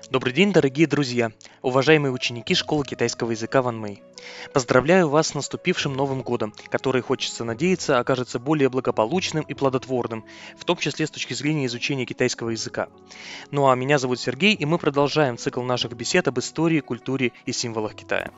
Добрый день, дорогие друзья, уважаемые ученики школы китайского языка Ван Мэй. Поздравляю вас с наступившим Новым годом, который, хочется надеяться, окажется более благополучным и плодотворным, в том числе с точки зрения изучения китайского языка. Ну а меня зовут Сергей, и мы продолжаем цикл наших бесед об истории, культуре и символах Китая.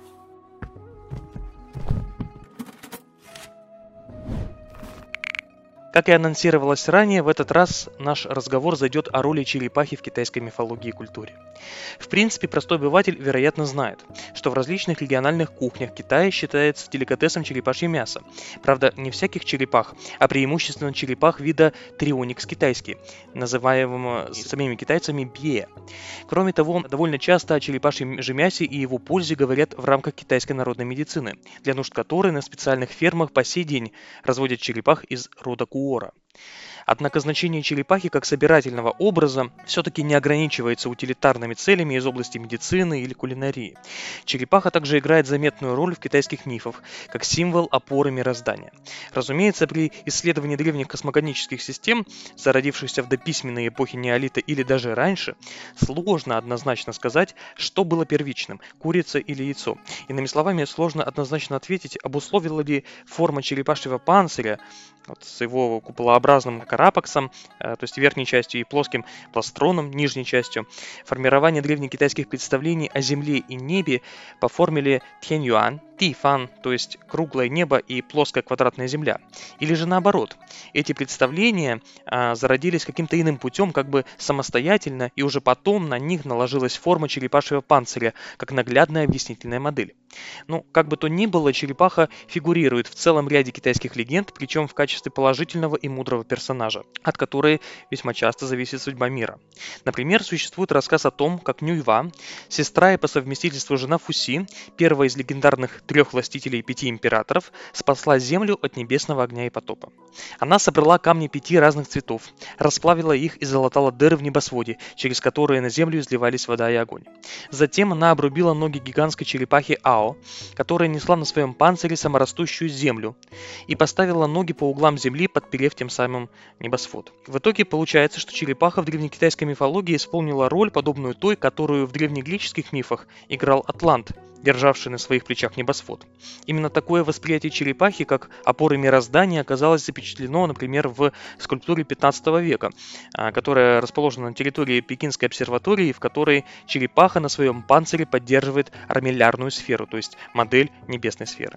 Как и анонсировалось ранее, в этот раз наш разговор зайдет о роли черепахи в китайской мифологии и культуре. В принципе, простой обыватель, вероятно, знает, что в различных региональных кухнях Китая считается деликатесом черепашье мясо. Правда, не всяких черепах, а преимущественно черепах вида трионикс китайский, называемого самими китайцами бье. Кроме того, довольно часто о черепашьем же мясе и его пользе говорят в рамках китайской народной медицины, для нужд которой на специальных фермах по сей день разводят черепах из рода куора. Однако значение черепахи как собирательного образа все-таки не ограничивается утилитарными целями из области медицины или кулинарии. Черепаха также играет заметную роль в китайских мифах, как символ опоры мироздания. Разумеется, при исследовании древних космогонических систем, зародившихся в дописьменной эпохе неолита или даже раньше, сложно однозначно сказать, что было первичным – курица или яйцо. Иными словами, сложно однозначно ответить, обусловила ли форма черепашьего панциря с его куполообразным карапаксом, то есть верхней частью, и плоским пластроном, нижней частью, формирование древнекитайских представлений о Земле и небе по формуле Тянь-Юань, Ти-Фан, то есть круглое небо и плоская квадратная Земля. Или же наоборот, эти представления зародились каким-то иным путем, как бы самостоятельно, и уже потом на них наложилась форма черепашьего панциря, как наглядная объяснительная модель. Ну, как бы то ни было, черепаха фигурирует в целом ряде китайских легенд, причем в качестве положительного и мудрого персонажа, от которой весьма часто зависит судьба мира. Например, существует рассказ о том, как Нюйва, сестра и по совместительству жена Фуси, первая из легендарных 3 властителей и 5 императоров, спасла землю от небесного огня и потопа. Она собрала камни 5 разных цветов, расплавила их и залатала дыры в небосводе, через которые на землю изливались вода и огонь. Затем она обрубила ноги гигантской черепахи Ао, которая несла на своем панцире саморастущую землю, и поставила ноги по углам земли, подперев тем самым небосвод. В итоге получается, что черепаха в древнекитайской мифологии исполнила роль, подобную той, которую в древнегреческих мифах играл Атлант, державший на своих плечах небосвод. Именно такое восприятие черепахи как опоры мироздания оказалось запечатлено, например, в скульптуре 15 века, которая расположена на территории Пекинской обсерватории, в которой черепаха на своем панцире поддерживает армиллярную сферу, то есть модель небесной сферы.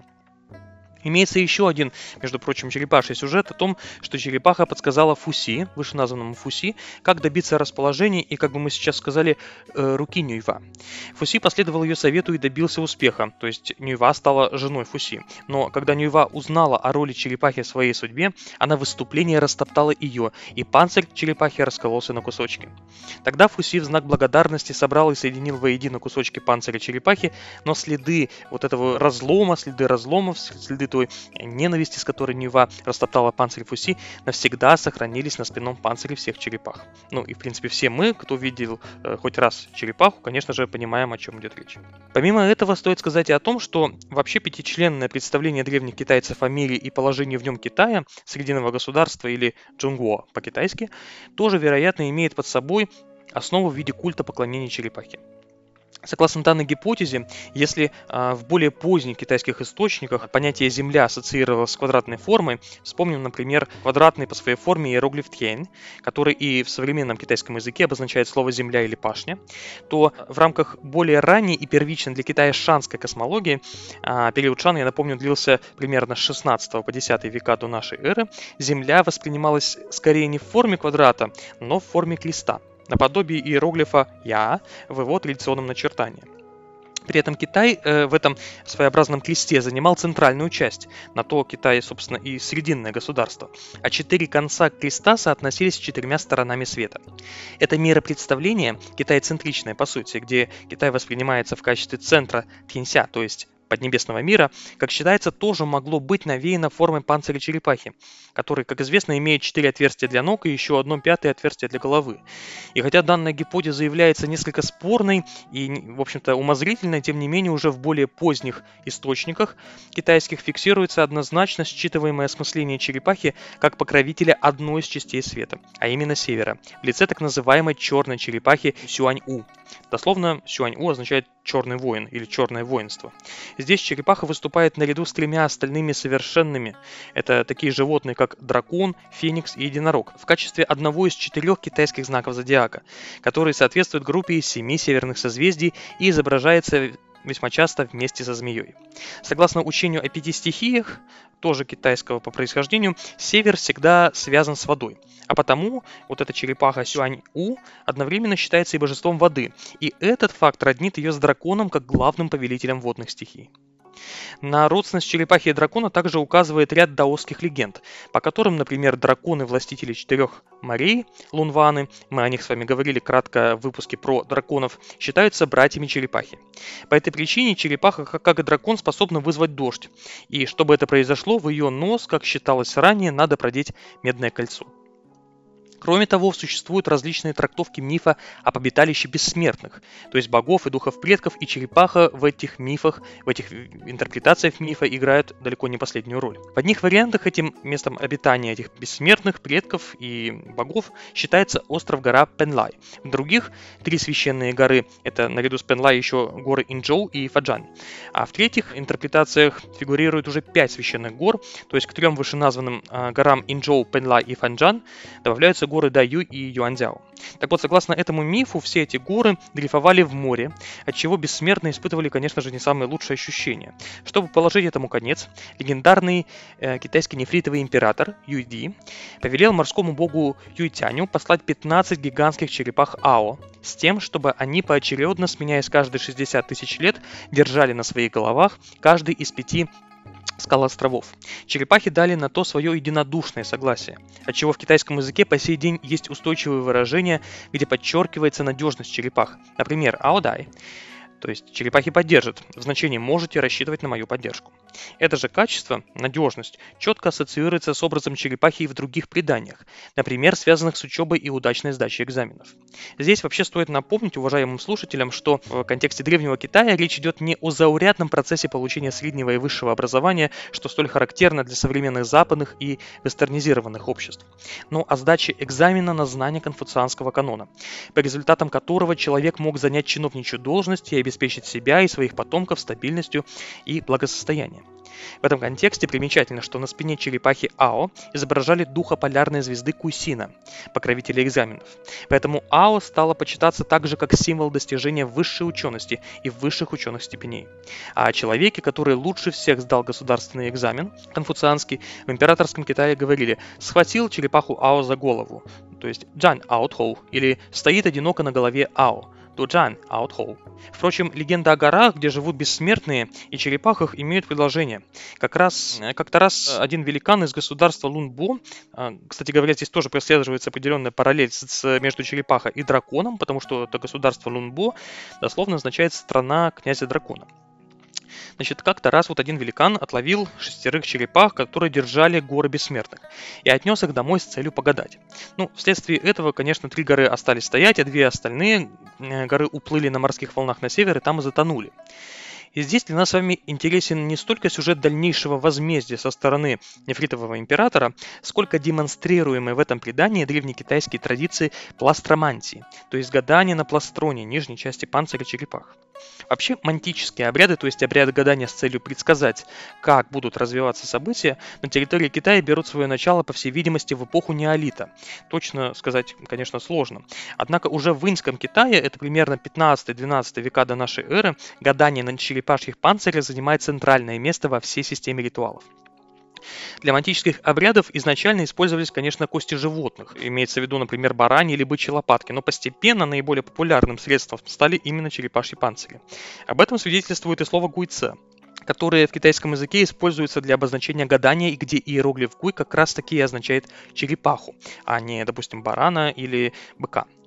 Имеется еще один, между прочим, черепаший сюжет о том, что черепаха подсказала Фуси, вышеназванному Фуси, как добиться расположения и, как бы мы сейчас сказали, руки Нюйва. Фуси последовал ее совету и добился успеха, то есть Нюйва стала женой Фуси. Но когда Нюйва узнала о роли черепахи в своей судьбе, она в выступлении растоптала ее, и панцирь черепахи раскололся на кусочки. Тогда Фуси в знак благодарности собрал и соединил воедино кусочки панциря черепахи, но следы вот этого разлома, следы разломов, следы той ненависти, с которой Нюйва растоптала панцирь Фуси, навсегда сохранились на спинном панцире всех черепах. Ну и в принципе все мы, кто видел хоть раз черепаху, конечно же понимаем, о чем идет речь. Помимо этого стоит сказать и о том, что вообще пятичленное представление древних китайцев о мире и положении в нем Китая, срединного государства или Чжунгуо по-китайски, тоже вероятно имеет под собой основу в виде культа поклонения черепахе. Согласно данной гипотезе, если в более поздних китайских источниках понятие «земля» ассоциировалось с квадратной формой, вспомним, например, квадратный по своей форме иероглиф «тянь», который и в современном китайском языке обозначает слово «земля» или «пашня», то в рамках более ранней и первичной для Китая шанской космологии, период Шан, я напомню, длился примерно с 16 по 10 века до нашей эры, земля воспринималась скорее не в форме квадрата, но в форме клиста, наподобие иероглифа «Я» в его традиционном начертании. При этом Китай в этом своеобразном клисте занимал центральную часть, на то Китай, собственно, и срединное государство, а 4 конца клиста соотносились с 4 сторонами света. Это миропредставление, китайцентричное по сути, где Китай воспринимается в качестве центра Тянься, то есть поднебесного мира, как считается, тоже могло быть навеяно формой панциря черепахи, который, как известно, имеет 4 отверстия для ног и еще 1/5 отверстие для головы. И хотя данная гипотеза является несколько спорной и, в общем-то, умозрительной, тем не менее уже в более поздних источниках китайских фиксируется однозначно считываемое осмысление черепахи как покровителя одной из частей света, а именно севера, в лице так называемой черной черепахи Сюань-У. Дословно Сюань-У означает «черный воин» или «черное воинство». Здесь черепаха выступает наряду с 3 остальными совершенными. Это такие животные, как дракон, феникс и единорог, в качестве одного из 4 китайских знаков зодиака, который соответствует группе 7 северных созвездий и изображается весьма часто вместе со змеей. Согласно учению о 5 стихиях, тоже китайского по происхождению, север всегда связан с водой. А потому вот эта черепаха Сюань-У одновременно считается и божеством воды, и этот факт роднит ее с драконом как главным повелителем водных стихий. На родственность черепахи и дракона также указывает ряд даосских легенд, по которым, например, драконы-властители 4 морей, лунваны, мы о них с вами говорили кратко в выпуске про драконов, считаются братьями черепахи. По этой причине черепаха, как и дракон, способна вызвать дождь, и чтобы это произошло, в ее нос, как считалось ранее, надо продеть медное кольцо. Кроме того, существуют различные трактовки мифа об обиталище бессмертных, то есть богов и духов предков, и черепаха в этих мифах, в этих интерпретациях мифа играет далеко не последнюю роль. В одних вариантах этим местом обитания этих бессмертных предков и богов считается остров-гора Пенлай. В других 3 священные горы, это наряду с Пенлай еще горы Инчжоу и Фаджан. А в третьих интерпретациях фигурирует уже 5 священных гор, то есть к 3 вышеназванным горам Инчжоу, Пенлай и Фаджан добавляются горы Даю и Юаньцзяо. Так вот, согласно этому мифу, все эти горы дрейфовали в море, отчего бессмертные испытывали, конечно же, не самые лучшие ощущения. Чтобы положить этому конец, легендарный китайский нефритовый император Юйди повелел морскому богу Юйтяню послать 15 гигантских черепах Ао, с тем, чтобы они поочередно, сменяясь каждые 60 тысяч лет, держали на своих головах каждый из 5 скал островов. Черепахи дали на то свое единодушное согласие, отчего в китайском языке по сей день есть устойчивые выражения, где подчеркивается надежность черепах. Например, «аодай», то есть черепахи поддержат, в значении «можете рассчитывать на мою поддержку». Это же качество, надежность, четко ассоциируется с образом черепахи и в других преданиях, например, связанных с учебой и удачной сдачей экзаменов. Здесь вообще стоит напомнить уважаемым слушателям, что в контексте Древнего Китая речь идет не о заурядном процессе получения среднего и высшего образования, что столь характерно для современных западных и вестернизированных обществ, но о сдаче экзамена на знание конфуцианского канона, по результатам которого человек мог занять чиновничью должность и обеспечить себя и своих потомков стабильностью и благосостоянием. В этом контексте примечательно, что на спине черепахи Ао изображали духа полярной звезды Куйсина, покровителя экзаменов. Поэтому Ао стало почитаться также как символ достижения высшей учености и высших ученых степеней. А о человеке, который лучше всех сдал государственный экзамен, конфуцианский, в императорском Китае говорили «схватил черепаху Ао за голову», то есть «джан ао тхоу», или «стоит одиноко на голове Ао», Дуджан Аутхоу. Впрочем, легенда о горах, где живут бессмертные, и черепахах имеют продолжение. Как-то раз один великан из государства Лунбо, кстати говоря, здесь тоже прослеживается определенная параллель между черепахой и драконом, потому что это государство Лунбо дословно означает «страна князя дракона». Значит, как-то раз вот один великан отловил 6 черепах, которые держали горы бессмертных, и отнес их домой с целью погадать. Ну, вследствие этого, конечно, 3 горы остались стоять, а 2 остальные горы уплыли на морских волнах на север и там и затонули. И здесь для нас с вами интересен не столько сюжет дальнейшего возмездия со стороны нефритового императора, сколько демонстрируемые в этом предании древнекитайские традиции пластромантии, то есть гадания на пластроне, нижней части панциря черепах. Вообще, мантические обряды, то есть обряды гадания с целью предсказать, как будут развиваться события, на территории Китая берут свое начало, по всей видимости, в эпоху неолита. Точно сказать, конечно, сложно. Однако уже в Иньском Китае, это примерно 15-12 века до нашей эры, гадание на черепашьих панцирях занимает центральное место во всей системе ритуалов. Для мантических обрядов изначально использовались, конечно, кости животных, имеется в виду, например, бараньи или бычьи лопатки, но постепенно наиболее популярным средством стали именно черепашьи панцири. Об этом свидетельствует и слово «гуйце», которое в китайском языке используется для обозначения гадания, и где иероглиф «гуй» как раз таки означает черепаху, а не, допустим, барана или быка.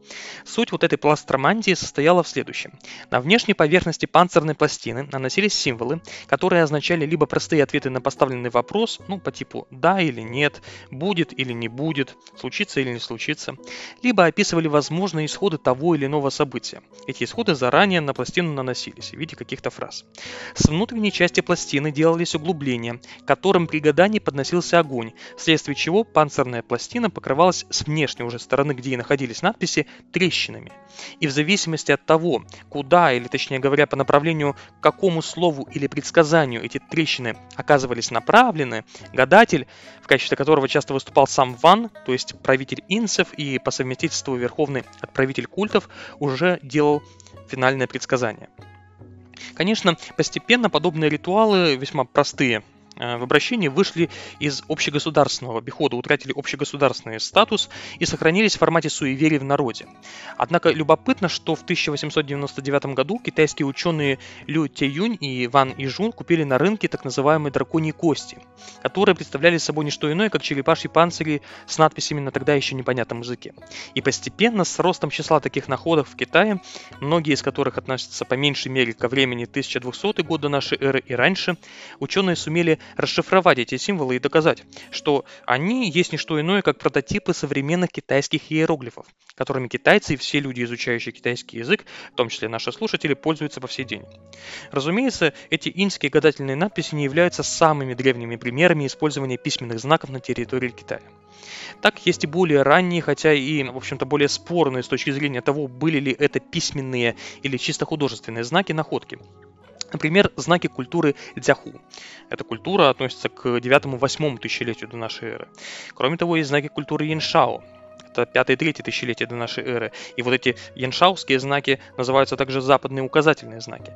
Суть вот этой пластромантии состояла в следующем. На внешней поверхности панцирной пластины наносились символы, которые означали либо простые ответы на поставленный вопрос, по типу «да» или «нет», «будет» или «не будет», «случится» или «не случится», либо описывали возможные исходы того или иного события. Эти исходы заранее на пластину наносились в виде каких-то фраз. С внутренней части пластины делались углубления, к которым при гадании подносился огонь, вследствие чего панцирная пластина покрывалась с внешней уже стороны, где и находились надписи, трещинами. И в зависимости от того, куда, или точнее говоря, по направлению к какому слову или предсказанию эти трещины оказывались направлены, гадатель, в качестве которого часто выступал сам Ван, то есть правитель инцев и по совместительству верховный отправитель культов, уже делал финальное предсказание. Конечно, постепенно подобные ритуалы, весьма простые в обращении, вышли из общегосударственного обихода, утратили общегосударственный статус и сохранились в формате суеверий в народе. Однако любопытно, что в 1899 году китайские ученые Лю Тяюнь и Ван Ижун купили на рынке так называемые драконьи кости, которые представляли собой не что иное, как черепашьи панцири с надписями на тогда еще непонятном языке. И постепенно с ростом числа таких находок в Китае, многие из которых относятся по меньшей мере ко времени 1200 год до нашей эры и раньше, ученые сумели расшифровать эти символы и доказать, что они есть не что иное, как прототипы современных китайских иероглифов, которыми китайцы и все люди, изучающие китайский язык, в том числе наши слушатели, пользуются по сей день. Разумеется, эти иньские гадательные надписи не являются самыми древними примерами использования письменных знаков на территории Китая. Так, есть и более ранние, хотя и, в общем-то, более спорные с точки зрения того, были ли это письменные или чисто художественные знаки, находки. Например, знаки культуры Дзяху. Эта культура относится к 9-8 тысячелетию до нашей эры. Кроме того, есть знаки культуры Яншао. Это 5-3 тысячелетие до нашей эры. И вот эти яншаовские знаки называются также западные указательные знаки.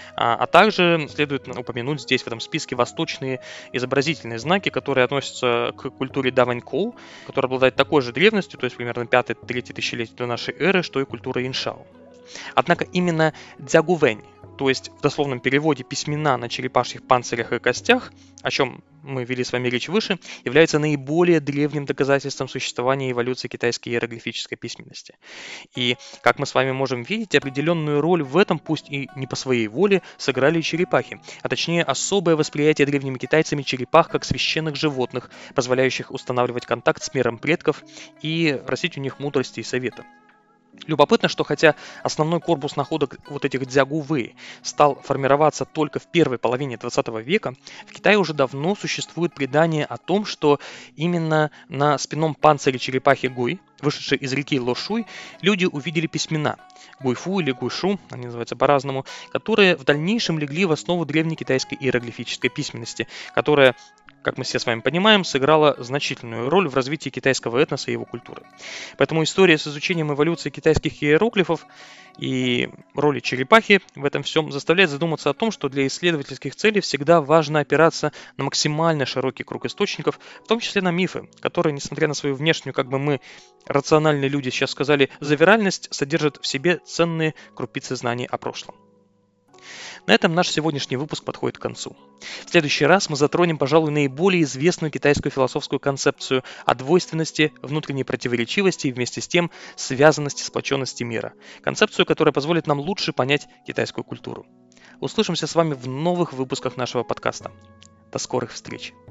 А также следует упомянуть здесь в этом списке восточные изобразительные знаки, которые относятся к культуре Даванькоу, которая обладает такой же древностью, то есть примерно 5-3 тысячелетие до нашей эры, что и культура Яншао. Однако именно дзягувэнь, то есть в дословном переводе письмена на черепашьих панцирях и костях, о чем мы вели с вами речь выше, является наиболее древним доказательством существования и эволюции китайской иероглифической письменности. И, как мы с вами можем видеть, определенную роль в этом, пусть и не по своей воле, сыграли черепахи, а точнее особое восприятие древними китайцами черепах как священных животных, позволяющих устанавливать контакт с миром предков и просить у них мудрости и совета. Любопытно, что хотя основной корпус находок вот этих дзягувэй стал формироваться только в первой половине 20 века, в Китае уже давно существует предание о том, что именно на спинном панцире черепахи Гуй, вышедшей из реки Лошуй, люди увидели письмена Гуйфу или Гуйшу, они называются по-разному, которые в дальнейшем легли в основу древней китайской иероглифической письменности, которая, как мы все с вами понимаем, сыграла значительную роль в развитии китайского этноса и его культуры. Поэтому история с изучением эволюции китайских иероглифов и роли черепахи в этом всем заставляет задуматься о том, что для исследовательских целей всегда важно опираться на максимально широкий круг источников, в том числе на мифы, которые, несмотря на свою внешнюю, как бы мы, рациональные люди сейчас сказали, завиральность, содержат в себе ценные крупицы знаний о прошлом. На этом наш сегодняшний выпуск подходит к концу. В следующий раз мы затронем, пожалуй, наиболее известную китайскую философскую концепцию о двойственности, внутренней противоречивости и вместе с тем связанности, сплоченности мира. Концепцию, которая позволит нам лучше понять китайскую культуру. Услышимся с вами в новых выпусках нашего подкаста. До скорых встреч!